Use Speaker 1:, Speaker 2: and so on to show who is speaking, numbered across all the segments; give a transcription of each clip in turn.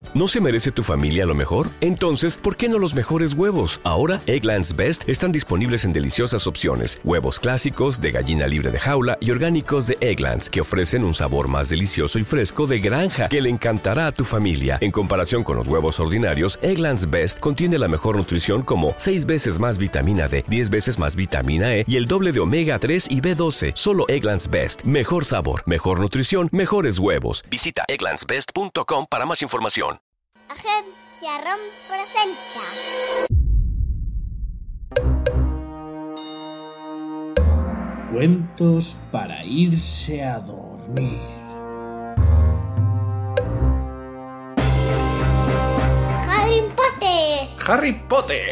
Speaker 1: ¿No se merece tu familia lo mejor? Entonces, ¿por qué no los mejores huevos? Ahora, Eggland's Best están disponibles en deliciosas opciones. Huevos clásicos, de gallina libre de jaula y orgánicos de Eggland's, que ofrecen un sabor más delicioso y fresco de granja que le encantará a tu familia. En comparación con los huevos ordinarios, Eggland's Best contiene la mejor nutrición como 6 veces más vitamina D, 10 veces más vitamina E y el doble de omega 3 y B12. Solo Eggland's Best. Mejor sabor, mejor nutrición, mejores huevos. Visita egglandsbest.com para más información.
Speaker 2: Agencia ROM presenta
Speaker 3: Cuentos para irse a dormir.
Speaker 2: Harry Potter.
Speaker 4: ¡Harry Potter!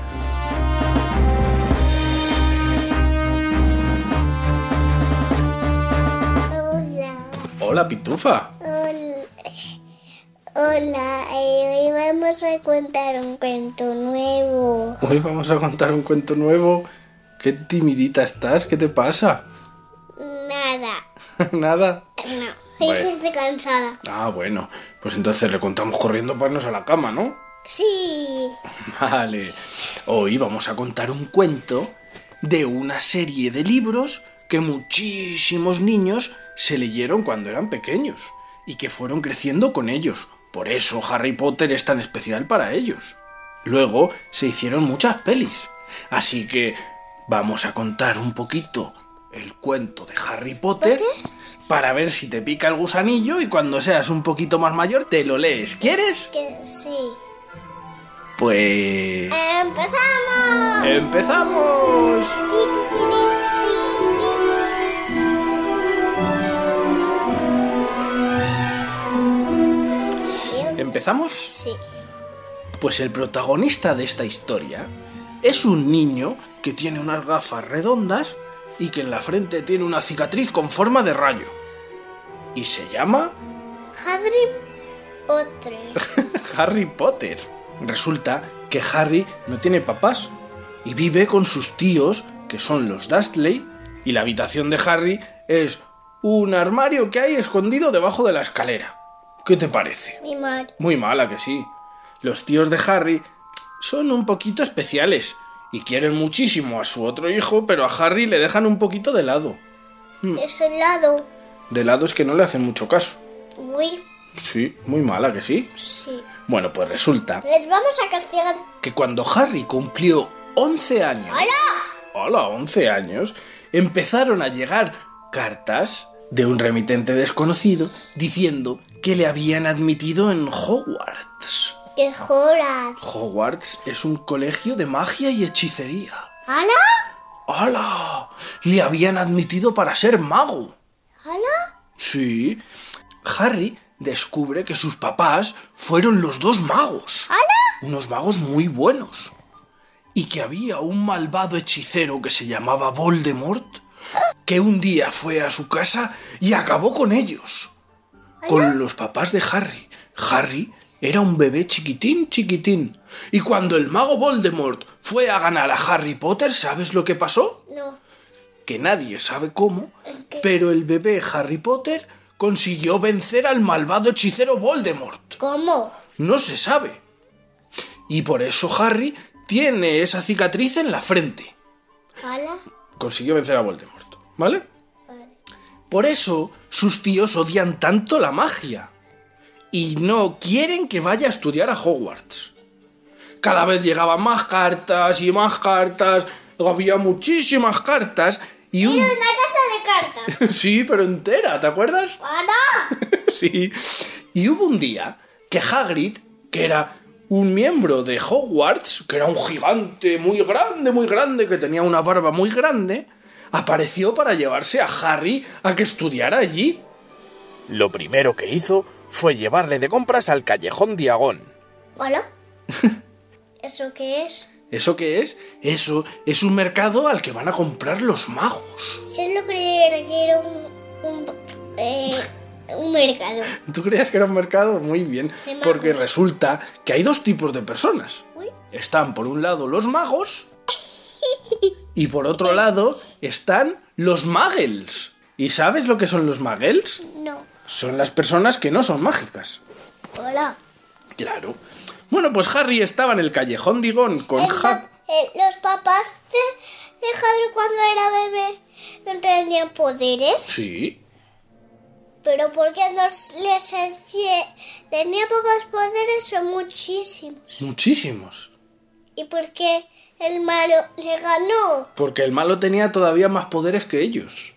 Speaker 4: Hola, Pitufa.
Speaker 2: Hola, hoy vamos a contar un cuento nuevo.
Speaker 4: Hoy vamos a contar un cuento nuevo. Qué timidita estás, ¿qué te pasa?
Speaker 2: Nada.
Speaker 4: ¿Nada?
Speaker 2: No, es que estoy cansada.
Speaker 4: Ah, bueno, pues entonces le contamos corriendo para irnos a la cama, ¿no?
Speaker 2: Sí.
Speaker 4: Vale. Hoy vamos a contar un cuento de una serie de libros que muchísimos niños se leyeron cuando eran pequeños y que fueron creciendo con ellos. Por eso Harry Potter es tan especial para ellos. Luego se hicieron muchas pelis. Así que vamos a contar un poquito el cuento de Harry Potter para ver si te pica el gusanillo y cuando seas un poquito más mayor te lo lees. ¿Quieres?
Speaker 2: Que sí.
Speaker 4: Pues...
Speaker 2: ¡Empezamos!
Speaker 4: ¡Empezamos! ¿Empezamos?
Speaker 2: Sí.
Speaker 4: Pues el protagonista de esta historia es un niño que tiene unas gafas redondas y que en la frente tiene una cicatriz con forma de rayo. Y se llama...
Speaker 2: Harry Potter.
Speaker 4: Harry Potter. Resulta que Harry no tiene papás y vive con sus tíos, que son los Dursley, y la habitación de Harry es un armario que hay escondido debajo de la escalera. ¿Qué te parece?
Speaker 2: Muy mal.
Speaker 4: Muy mala, que sí. Los tíos de Harry son un poquito especiales y quieren muchísimo a su otro hijo, pero a Harry le dejan un poquito de lado.
Speaker 2: Es helado.
Speaker 4: De lado es que no le hacen mucho caso.
Speaker 2: Uy,
Speaker 4: Sí, muy mala, que sí.
Speaker 2: sí.
Speaker 4: Bueno, pues resulta
Speaker 2: Les vamos a castigar.
Speaker 4: que cuando Harry cumplió 11 años... ¡Hola! 11 años, empezaron a llegar cartas de un remitente desconocido diciendo que le habían admitido en Hogwarts.
Speaker 2: ¡Qué joras!
Speaker 4: Hogwarts es un colegio de magia y hechicería.
Speaker 2: ¿Hala?
Speaker 4: ¡Hala! Le habían admitido para ser mago.
Speaker 2: ¿Hala?
Speaker 4: Sí. Harry descubre que sus papás fueron los dos magos.
Speaker 2: ¿Hala?
Speaker 4: Unos magos muy buenos. Y que había un malvado hechicero que se llamaba Voldemort, que un día fue a su casa y acabó con ellos. Con los papás de Harry. Harry era un bebé chiquitín. Y cuando el mago Voldemort fue a ganar a Harry Potter, ¿sabes lo que pasó?
Speaker 2: No.
Speaker 4: Que nadie sabe cómo, pero el bebé Harry Potter consiguió vencer al malvado hechicero Voldemort.
Speaker 2: ¿Cómo?
Speaker 4: No se sabe. Y por eso Harry tiene esa cicatriz en la frente.
Speaker 2: ¿Hala?
Speaker 4: Consiguió vencer a Voldemort, ¿vale?
Speaker 2: Vale.
Speaker 4: Por eso sus tíos odian tanto la magia. Y no quieren que vaya a estudiar a Hogwarts. Cada vez llegaban más cartas y más cartas. Había muchísimas cartas y un...
Speaker 2: ¡Era una casa de cartas!
Speaker 4: Sí, pero entera, ¿te acuerdas?
Speaker 2: ¡Hala!
Speaker 4: Sí. Y hubo un día que Hagrid, que era un miembro de Hogwarts, que era un gigante muy grande, que tenía una barba muy grande, apareció para llevarse a Harry a que estudiara allí. Lo primero que hizo fue llevarle de compras al Callejón Diagón.
Speaker 2: ¿Hola? ¿Eso qué es?
Speaker 4: ¿Eso qué es? Eso es un mercado al que van a comprar los magos.
Speaker 2: Solo creía que era un mercado.
Speaker 4: ¿Tú creías que era un mercado? Muy bien.
Speaker 2: De magos.
Speaker 4: Porque resulta que hay dos tipos de personas.
Speaker 2: Uy.
Speaker 4: Están por un lado los magos y por otro lado están los muggles. ¿Y sabes lo que son los muggles?
Speaker 2: No.
Speaker 4: Son las personas que no son mágicas.
Speaker 2: Hola.
Speaker 4: Claro. Bueno, pues Harry estaba en el callejón Digón con
Speaker 2: Los papás de Harry cuando era bebé no tenían poderes.
Speaker 4: Sí.
Speaker 2: Pero porque no les tenía pocos poderes o muchísimos.
Speaker 4: Muchísimos.
Speaker 2: ¿Y por qué el malo le ganó?
Speaker 4: Porque el malo tenía todavía más poderes que ellos.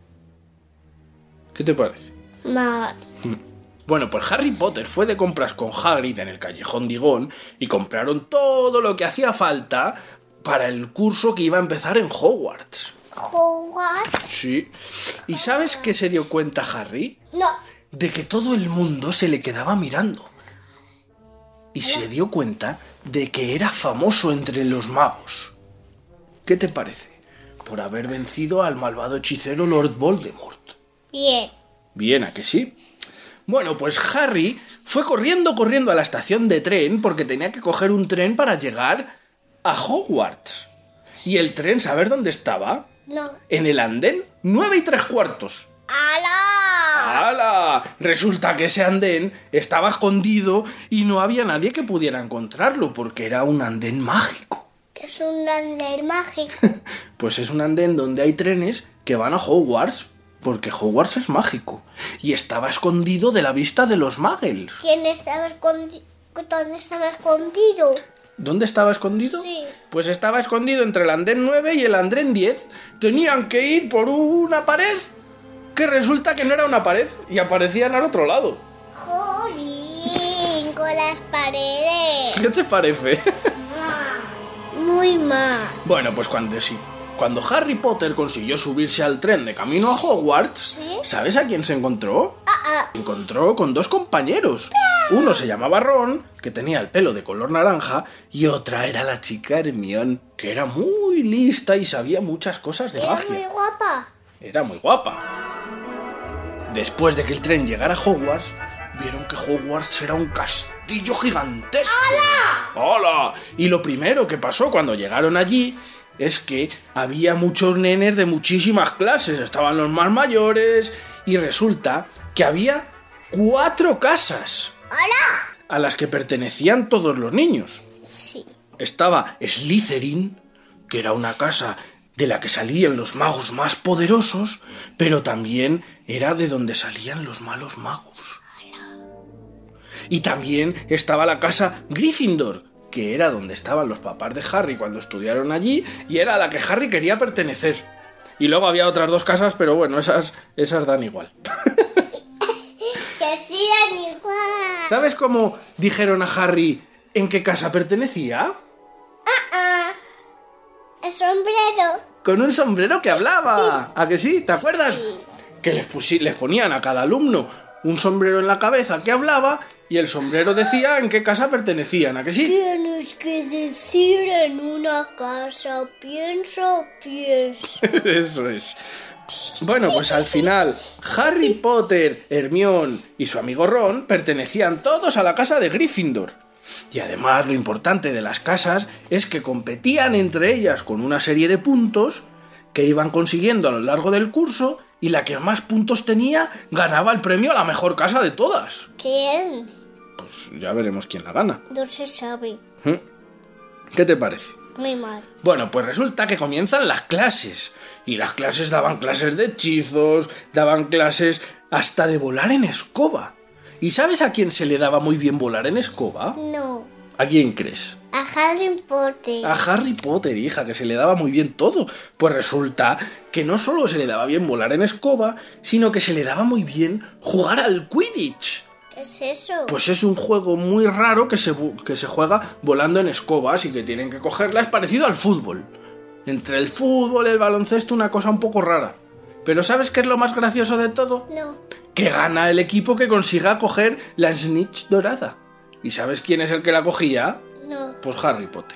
Speaker 4: ¿Qué te parece?
Speaker 2: Mal.
Speaker 4: Bueno, pues Harry Potter fue de compras con Hagrid en el callejón Digón y compraron todo lo que hacía falta para el curso que iba a empezar en Hogwarts.
Speaker 2: ¿Hogwarts?
Speaker 4: Sí. ¿Y sabes qué se dio cuenta Harry?
Speaker 2: No.
Speaker 4: De que todo el mundo se le quedaba mirando. Y se dio cuenta de que era famoso entre los magos. ¿Qué te parece? Por haber vencido al malvado hechicero Lord Voldemort.
Speaker 2: Bien.
Speaker 4: Bien, ¿a que sí? Bueno, pues Harry fue corriendo a la estación de tren porque tenía que coger un tren para llegar a Hogwarts. ¿Y el tren, sabes dónde estaba?
Speaker 2: No.
Speaker 4: En el andén 9 3/4.
Speaker 2: ¡Hala!
Speaker 4: ¡Hala! Resulta que ese andén estaba escondido y no había nadie que pudiera encontrarlo porque era un andén mágico.
Speaker 2: ¿Qué es un andén mágico?
Speaker 4: Pues es un andén donde hay trenes que van a Hogwarts porque Hogwarts es mágico y estaba escondido de la vista de los muggles.
Speaker 2: ¿Quién estaba escondido? ¿Dónde estaba escondido?
Speaker 4: ¿Dónde estaba escondido?
Speaker 2: Sí.
Speaker 4: Pues estaba escondido entre el andén 9 y el andén 10. Tenían que ir por una pared que resulta que no era una pared y aparecían al otro lado.
Speaker 2: ¡Jolín! Con las paredes.
Speaker 4: ¿Qué te parece?
Speaker 2: Muy mal.
Speaker 4: Bueno, pues cuando Harry Potter consiguió subirse al tren de camino a Hogwarts,
Speaker 2: ¿Sí?
Speaker 4: ¿sabes a quién se encontró? Se encontró con dos compañeros. Uno se llamaba Ron, que tenía el pelo de color naranja, y otra era la chica Hermione, que era muy lista y sabía muchas cosas de
Speaker 2: Era
Speaker 4: magia.
Speaker 2: muy guapa.
Speaker 4: Era muy guapa. Después de que el tren llegara a Hogwarts, vieron que Hogwarts era un castillo gigantesco. ¡Hala! ¡Hala! Y lo primero que pasó cuando llegaron allí es que había muchos nenes de muchísimas clases. Estaban los más mayores y resulta que había 4 casas.
Speaker 2: ¡Hala!
Speaker 4: A las que pertenecían todos los niños.
Speaker 2: Sí.
Speaker 4: Estaba Slytherin, que era una casa de la que salían los magos más poderosos, pero también era de donde salían los malos magos. Y también estaba la casa Gryffindor, que era donde estaban los papás de Harry cuando estudiaron allí, y era a la que Harry quería pertenecer. Y luego había otras 2 casas, pero bueno, esas dan igual.
Speaker 2: Que sí dan igual.
Speaker 4: ¿Sabes cómo dijeron a Harry en qué casa pertenecía?
Speaker 2: El sombrero.
Speaker 4: Con un sombrero que hablaba. ¿A que sí? ¿Te acuerdas? Sí. Que les ponían a cada alumno un sombrero en la cabeza que hablaba y el sombrero decía en qué casa pertenecían. ¿A que sí?
Speaker 2: Tienes que decir en una casa, pienso.
Speaker 4: Eso es. Bueno, pues al final, Harry Potter, Hermione y su amigo Ron pertenecían todos a la casa de Gryffindor. Y además lo importante de las casas es que competían entre ellas con una serie de puntos que iban consiguiendo a lo largo del curso y la que más puntos tenía ganaba el premio a la mejor casa de todas.
Speaker 2: ¿Quién?
Speaker 4: Pues ya veremos quién la gana.
Speaker 2: No se sabe.
Speaker 4: ¿Qué te parece?
Speaker 2: Muy mal.
Speaker 4: Bueno, pues resulta que comienzan las clases. Y las clases daban clases de hechizos, daban clases hasta de volar en escoba. ¿Y sabes a quién se le daba muy bien volar en escoba?
Speaker 2: No.
Speaker 4: ¿A quién crees?
Speaker 2: A Harry Potter.
Speaker 4: A Harry Potter, hija, que se le daba muy bien todo. Pues resulta que no solo se le daba bien volar en escoba, sino que se le daba muy bien jugar al Quidditch.
Speaker 2: ¿Qué es eso?
Speaker 4: Pues es un juego muy raro que se juega volando en escobas y que tienen que cogerla. Es parecido al fútbol. Entre el fútbol y el baloncesto, una cosa un poco rara. Pero ¿sabes qué es lo más gracioso de todo?
Speaker 2: No.
Speaker 4: Que gana el equipo que consiga coger la snitch dorada. ¿Y sabes quién es el que la cogía?
Speaker 2: No.
Speaker 4: Pues Harry Potter.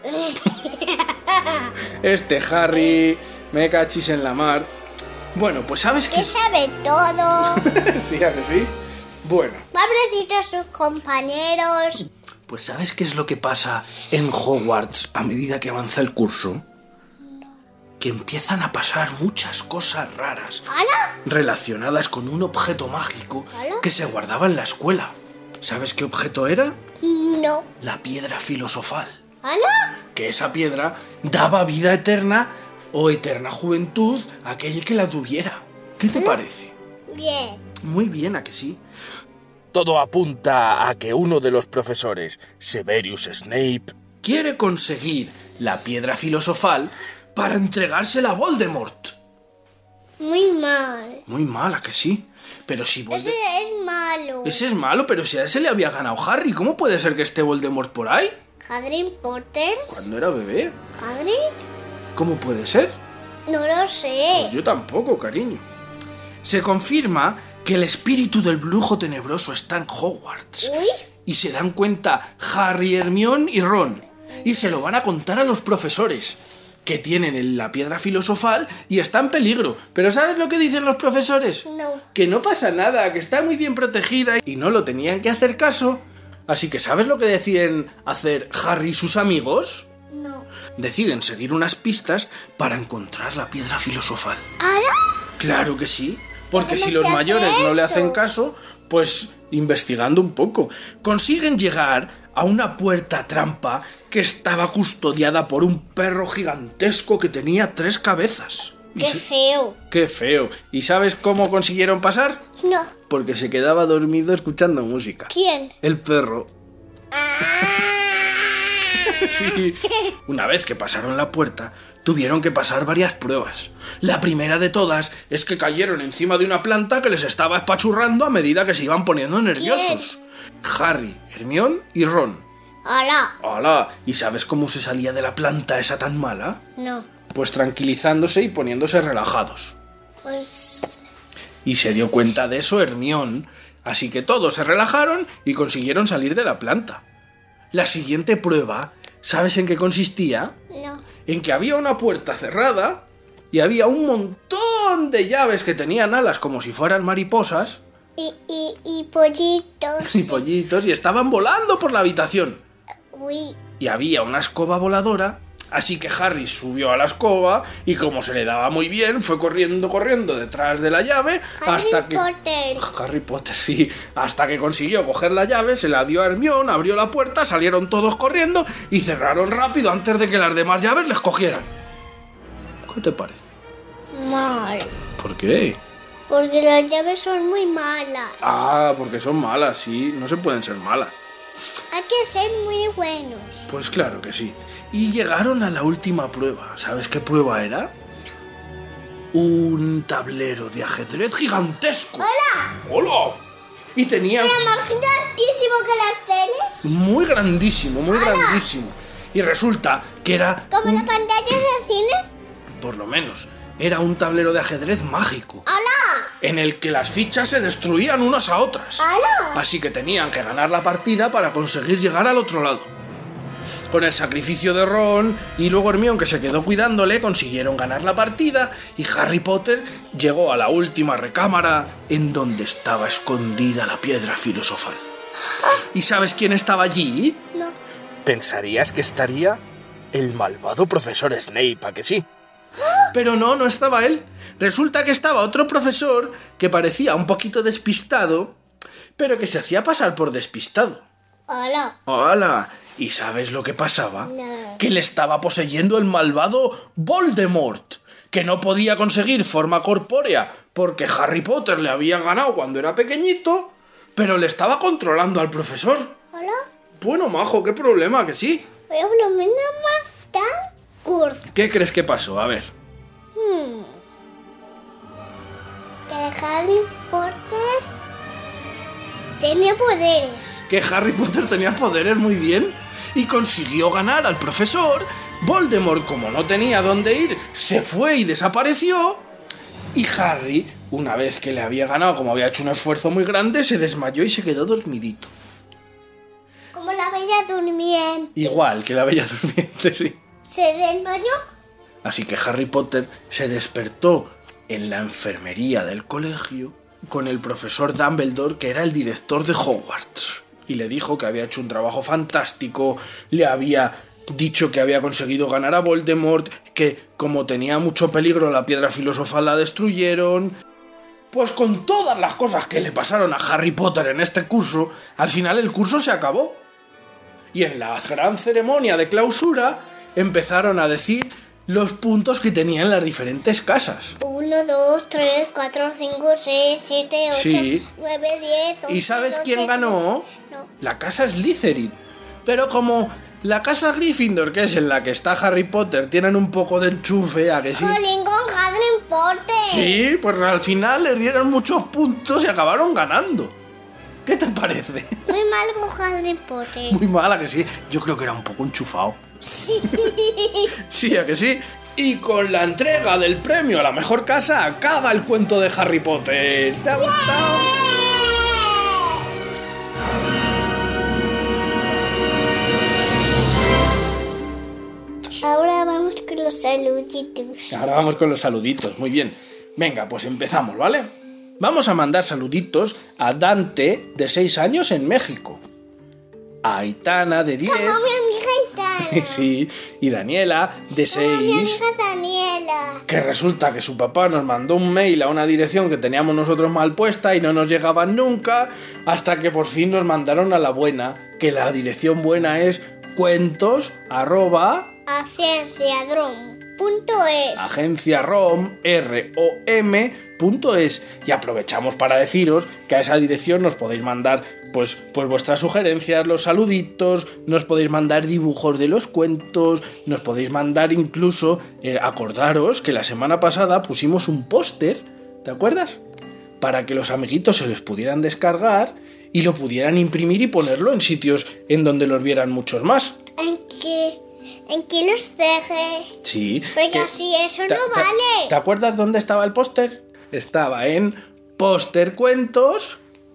Speaker 4: Este Harry, me cachis en la mar. Bueno, pues ¿sabes qué?
Speaker 2: Que sabe todo.
Speaker 4: Sí, ¿a que sí? Bueno.
Speaker 2: Pobrecitos sus compañeros.
Speaker 4: Pues ¿sabes qué es lo que pasa en Hogwarts a medida que avanza el curso? Que empiezan a pasar muchas cosas raras
Speaker 2: ¿Hala?
Speaker 4: relacionadas con un objeto mágico
Speaker 2: ¿Hala?
Speaker 4: que se guardaba en la escuela. ¿Sabes qué objeto era?
Speaker 2: No.
Speaker 4: La piedra filosofal.
Speaker 2: ¡Hala!
Speaker 4: Que esa piedra daba vida eterna o eterna juventud a aquel que la tuviera. ¿Qué te parece?
Speaker 2: Bien.
Speaker 4: Muy bien, ¿a que sí? Todo apunta a que uno de los profesores, Severus Snape, quiere conseguir la piedra filosofal para entregársela a Voldemort.
Speaker 2: Muy mal.
Speaker 4: Muy mala, que sí. Pero si
Speaker 2: Ese es malo.
Speaker 4: Ese es malo, pero si a ese le había ganado Harry, ¿cómo puede ser que esté Voldemort por ahí?
Speaker 2: ¿Harry Potter?
Speaker 4: Cuando era bebé.
Speaker 2: ¿Harry?
Speaker 4: ¿Cómo puede ser?
Speaker 2: No lo sé.
Speaker 4: Pues yo tampoco, cariño. Se confirma que el espíritu del brujo tenebroso está en Hogwarts.
Speaker 2: Uy.
Speaker 4: Y se dan cuenta Harry, Hermione y Ron. Y se lo van a contar a los profesores, que tienen la piedra filosofal y está en peligro. ¿Pero sabes lo que dicen los profesores?
Speaker 2: No.
Speaker 4: Que no pasa nada, que está muy bien protegida y no lo tenían que hacer caso. Así que ¿sabes lo que deciden hacer Harry y sus amigos?
Speaker 2: No.
Speaker 4: Deciden seguir unas pistas para encontrar la piedra filosofal.
Speaker 2: ¿Ahora?
Speaker 4: Claro que sí, porque
Speaker 2: ¿Cómo
Speaker 4: si los
Speaker 2: se hace
Speaker 4: mayores no le
Speaker 2: eso?
Speaker 4: hacen caso, pues investigando un poco, consiguen llegar a una puerta trampa que estaba custodiada por un perro gigantesco que tenía 3 cabezas.
Speaker 2: Qué feo.
Speaker 4: ¡Qué feo! ¿Y sabes cómo consiguieron pasar?
Speaker 2: No.
Speaker 4: Porque se quedaba dormido escuchando música.
Speaker 2: ¿Quién?
Speaker 4: El perro.
Speaker 2: Ah.
Speaker 4: Sí. Una vez que pasaron la puerta, tuvieron que pasar varias pruebas. La primera de todas es que cayeron encima de una planta que les estaba espachurrando a medida que se iban poniendo nerviosos. Harry, Hermione y Ron.
Speaker 2: ¡Hala!
Speaker 4: ¡Hala! ¿Y sabes cómo se salía de la planta esa tan mala?
Speaker 2: No.
Speaker 4: Pues tranquilizándose y poniéndose relajados.
Speaker 2: Pues...
Speaker 4: Y se dio cuenta de eso Hermione, así que todos se relajaron y consiguieron salir de la planta. La siguiente prueba, ¿sabes en qué consistía?
Speaker 2: No.
Speaker 4: En que había una puerta cerrada y había un montón de llaves que tenían alas como si fueran mariposas
Speaker 2: Y pollitos.
Speaker 4: y pollitos y estaban volando por la habitación.
Speaker 2: Uy.
Speaker 4: Y había una escoba voladora, así que Harry subió a la escoba y como se le daba muy bien, fue corriendo detrás de la llave hasta que...
Speaker 2: Potter.
Speaker 4: Harry Potter, sí. Hasta que consiguió coger la llave, se la dio a Hermione, abrió la puerta, salieron todos corriendo y cerraron rápido antes de que las demás llaves les cogieran. ¿Qué te parece?
Speaker 2: Mal.
Speaker 4: ¿Por qué?
Speaker 2: Porque las llaves son muy malas.
Speaker 4: Ah, porque son malas, sí. No se pueden ser malas.
Speaker 2: Hay que ser muy buenos.
Speaker 4: Pues claro que sí. Y llegaron a la última prueba. ¿Sabes qué prueba era? Un tablero de ajedrez gigantesco.
Speaker 2: ¡Hola!
Speaker 4: ¡Hola! Y tenía...
Speaker 2: Era más grandísimo que las teles.
Speaker 4: Muy grandísimo, muy grandísimo. Y resulta que era...
Speaker 2: Como la pantalla de cine.
Speaker 4: Por lo menos, era un tablero de ajedrez mágico,
Speaker 2: ¡Hala!
Speaker 4: en el que las fichas se destruían unas a otras.
Speaker 2: ¡Hala!
Speaker 4: Así que tenían que ganar la partida para conseguir llegar al otro lado. Con el sacrificio de Ron y luego Hermione, que se quedó cuidándole, consiguieron ganar la partida y Harry Potter llegó a la última recámara en donde estaba escondida la piedra filosofal. ¿Y sabes quién estaba allí?
Speaker 2: No.
Speaker 4: Pensarías que estaría el malvado profesor Snape, ¿a que sí? Pero no estaba él. Resulta que estaba otro profesor que parecía un poquito despistado, pero que se hacía pasar por despistado.
Speaker 2: ¡Hala!
Speaker 4: ¡Hala! ¿Y sabes lo que pasaba?
Speaker 2: No.
Speaker 4: Que le estaba poseyendo el malvado Voldemort, que no podía conseguir forma corpórea porque Harry Potter le había ganado cuando era pequeñito, pero le estaba controlando al profesor.
Speaker 2: ¿Hala?
Speaker 4: Bueno, majo, ¿qué problema? ¿Que sí?
Speaker 2: Voy a por lo menos matar Kurt.
Speaker 4: ¿Qué crees que pasó? A ver.
Speaker 2: Que Harry Potter tenía poderes.
Speaker 4: Que Harry Potter tenía poderes muy bien y consiguió ganar al profesor. Voldemort, como no tenía dónde ir, se fue y desapareció. Y Harry, una vez que le había ganado, como había hecho un esfuerzo muy grande, se desmayó y se quedó dormidito.
Speaker 2: Como la bella durmiente.
Speaker 4: Igual que la Bella Durmiente, sí.
Speaker 2: Se desmayó.
Speaker 4: Así que Harry Potter se despertó en la enfermería del colegio con el profesor Dumbledore, que era el director de Hogwarts. Y le dijo que había hecho un trabajo fantástico, le había dicho que había conseguido ganar a Voldemort, que como tenía mucho peligro la piedra filosofal la destruyeron. Pues con todas las cosas que le pasaron a Harry Potter en este curso, al final el curso se acabó. Y en la gran ceremonia de clausura empezaron a decir los puntos que tenían las diferentes casas.
Speaker 2: 1, 2, 3, 4, 5, 6, 7, 8,
Speaker 4: Sí.
Speaker 2: 9, 10, 11,
Speaker 4: ¿Y sabes
Speaker 2: 12,
Speaker 4: quién ganó?
Speaker 2: 15. No.
Speaker 4: La casa Slytherin. Pero como la casa Gryffindor, que es en la que está Harry Potter, tienen un poco de enchufe, ¿a que sí?
Speaker 2: Jolín con Harry Potter.
Speaker 4: Sí, pues al final les dieron muchos puntos y acabaron ganando. ¿Qué te parece?
Speaker 2: Muy mal con Harry Potter.
Speaker 4: Muy mala que sí. Yo creo que era un poco enchufado.
Speaker 2: Sí.
Speaker 4: Sí, ¿a que sí? Y con la entrega del premio a la mejor casa acaba el cuento de Harry Potter. ¿Te ha gustado?
Speaker 2: Ahora vamos con los saluditos.
Speaker 4: Ahora vamos con los saluditos, muy bien. Venga, pues empezamos, ¿vale? Vamos a mandar saluditos a Dante, de 6 años, en México. A Aitana, de 10.
Speaker 2: Como mi amiga Aitana.
Speaker 4: Sí, y Daniela, de
Speaker 2: Como mi
Speaker 4: 6.
Speaker 2: amiga Daniela.
Speaker 4: Que resulta que su papá nos mandó un mail a una dirección que teníamos nosotros mal puesta y no nos llegaban nunca, hasta que por fin nos mandaron a la buena, que la dirección buena es cuentos@
Speaker 2: Agenciadrom.es.
Speaker 4: agencia rom.es. Y aprovechamos para deciros que a esa dirección nos podéis mandar pues vuestras sugerencias, los saluditos, nos podéis mandar dibujos de los cuentos, nos podéis mandar incluso, acordaros que la semana pasada pusimos un póster, ¿te acuerdas? Para que los amiguitos se los pudieran descargar y lo pudieran imprimir y ponerlo en sitios en donde los vieran muchos más.
Speaker 2: ¿En qué los deje?
Speaker 4: Sí.
Speaker 2: Porque así eso no vale.
Speaker 4: ¿Te acuerdas dónde estaba el póster? Estaba en póstercuentos.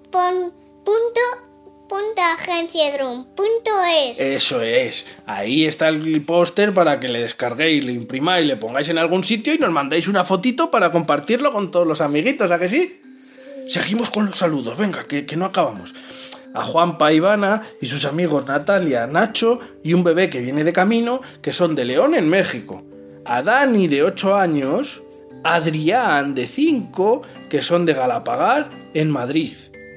Speaker 2: Agenciadrom.es.
Speaker 4: Eso es. Ahí está el póster para que le descarguéis, le imprimáis, le pongáis en algún sitio y nos mandéis una fotito para compartirlo con todos los amiguitos, ¿a que sí? Seguimos con los saludos, venga, que no acabamos. A Juanpa, Ivana y sus amigos Natalia, Nacho y un bebé que viene de camino, que son de León, en México. A Dani, de 8 años. A Adrián, de 5, que son de Galapagar, en Madrid.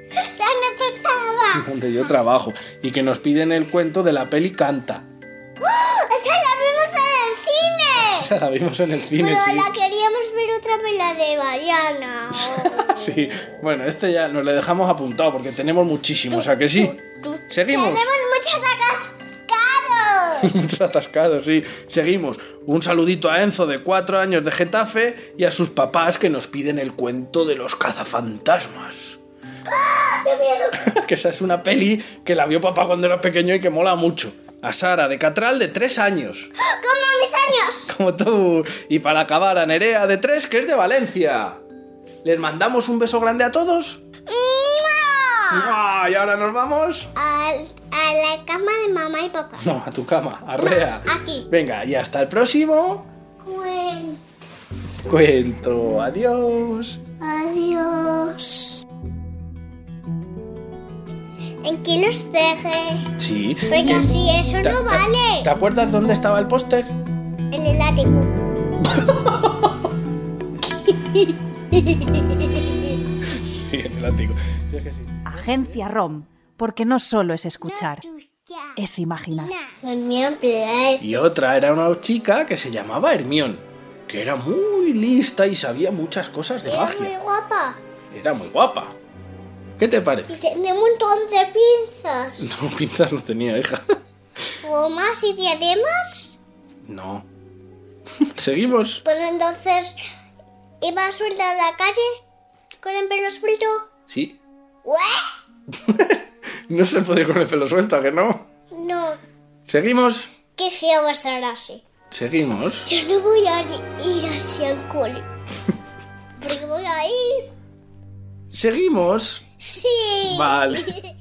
Speaker 4: Donde yo trabajo. Y que nos piden el cuento de la peli Canta.
Speaker 2: ¡Esa la vimos en el cine!
Speaker 4: Esa la vimos en el cine,
Speaker 2: Pero
Speaker 4: sí.
Speaker 2: la queríamos ver otra vez, la de Bayana.
Speaker 4: Sí, bueno, este ya nos le dejamos apuntado porque tenemos muchísimos, ¿a que sí? Seguimos.
Speaker 2: Tenemos muchos atascados.
Speaker 4: Muchos atascados, sí. Seguimos. Un saludito a Enzo, de 4 años, de Getafe, y a sus papás que nos piden el cuento de los cazafantasmas.
Speaker 2: ¡Qué miedo!
Speaker 4: Que esa es una peli que la vio papá cuando era pequeño y que mola mucho. A Sara, de Catral, de 3 años.
Speaker 2: ¡Como mis años!
Speaker 4: Como tú. Y para acabar, a Nerea, de 3, que es de Valencia. ¿Les mandamos un beso grande a todos? ¡Ah! Y ahora nos vamos
Speaker 2: A la cama de mamá y papá.
Speaker 4: No, a tu cama, arrea.
Speaker 2: No, aquí.
Speaker 4: Venga, y hasta el próximo cuento. Adiós.
Speaker 2: Adiós. ¿En qué los deje?
Speaker 4: Sí.
Speaker 2: Porque así eso no vale.
Speaker 4: ¿Te acuerdas dónde estaba el póster?
Speaker 2: En el ático.
Speaker 4: Sí, en el ático. Tienes que decir.
Speaker 5: Agencia ROM, porque no solo es escuchar, es imaginar.
Speaker 4: Y otra era una chica que se llamaba Hermión, que era muy lista y sabía muchas cosas de
Speaker 2: Era muy
Speaker 4: magia.
Speaker 2: guapa.
Speaker 4: Era muy guapa. ¿Qué te
Speaker 2: Y
Speaker 4: parece?
Speaker 2: tenía un montón de pinzas.
Speaker 4: No, pinzas no tenía, hija.
Speaker 2: ¿Plumas y diademas?
Speaker 4: No. ¿Seguimos?
Speaker 2: Pues entonces iba suelta a la calle con el pelo suelto.
Speaker 4: Sí.
Speaker 2: ¿What?
Speaker 4: No se puede ir con el pelo suelto, ¿a que no?
Speaker 2: No,
Speaker 4: ¿Seguimos?
Speaker 2: qué feo va a estar así.
Speaker 4: Seguimos.
Speaker 2: Yo no voy a ir así al cole. Porque voy a ir.
Speaker 4: ¿Seguimos?
Speaker 2: Sí.
Speaker 4: Vale.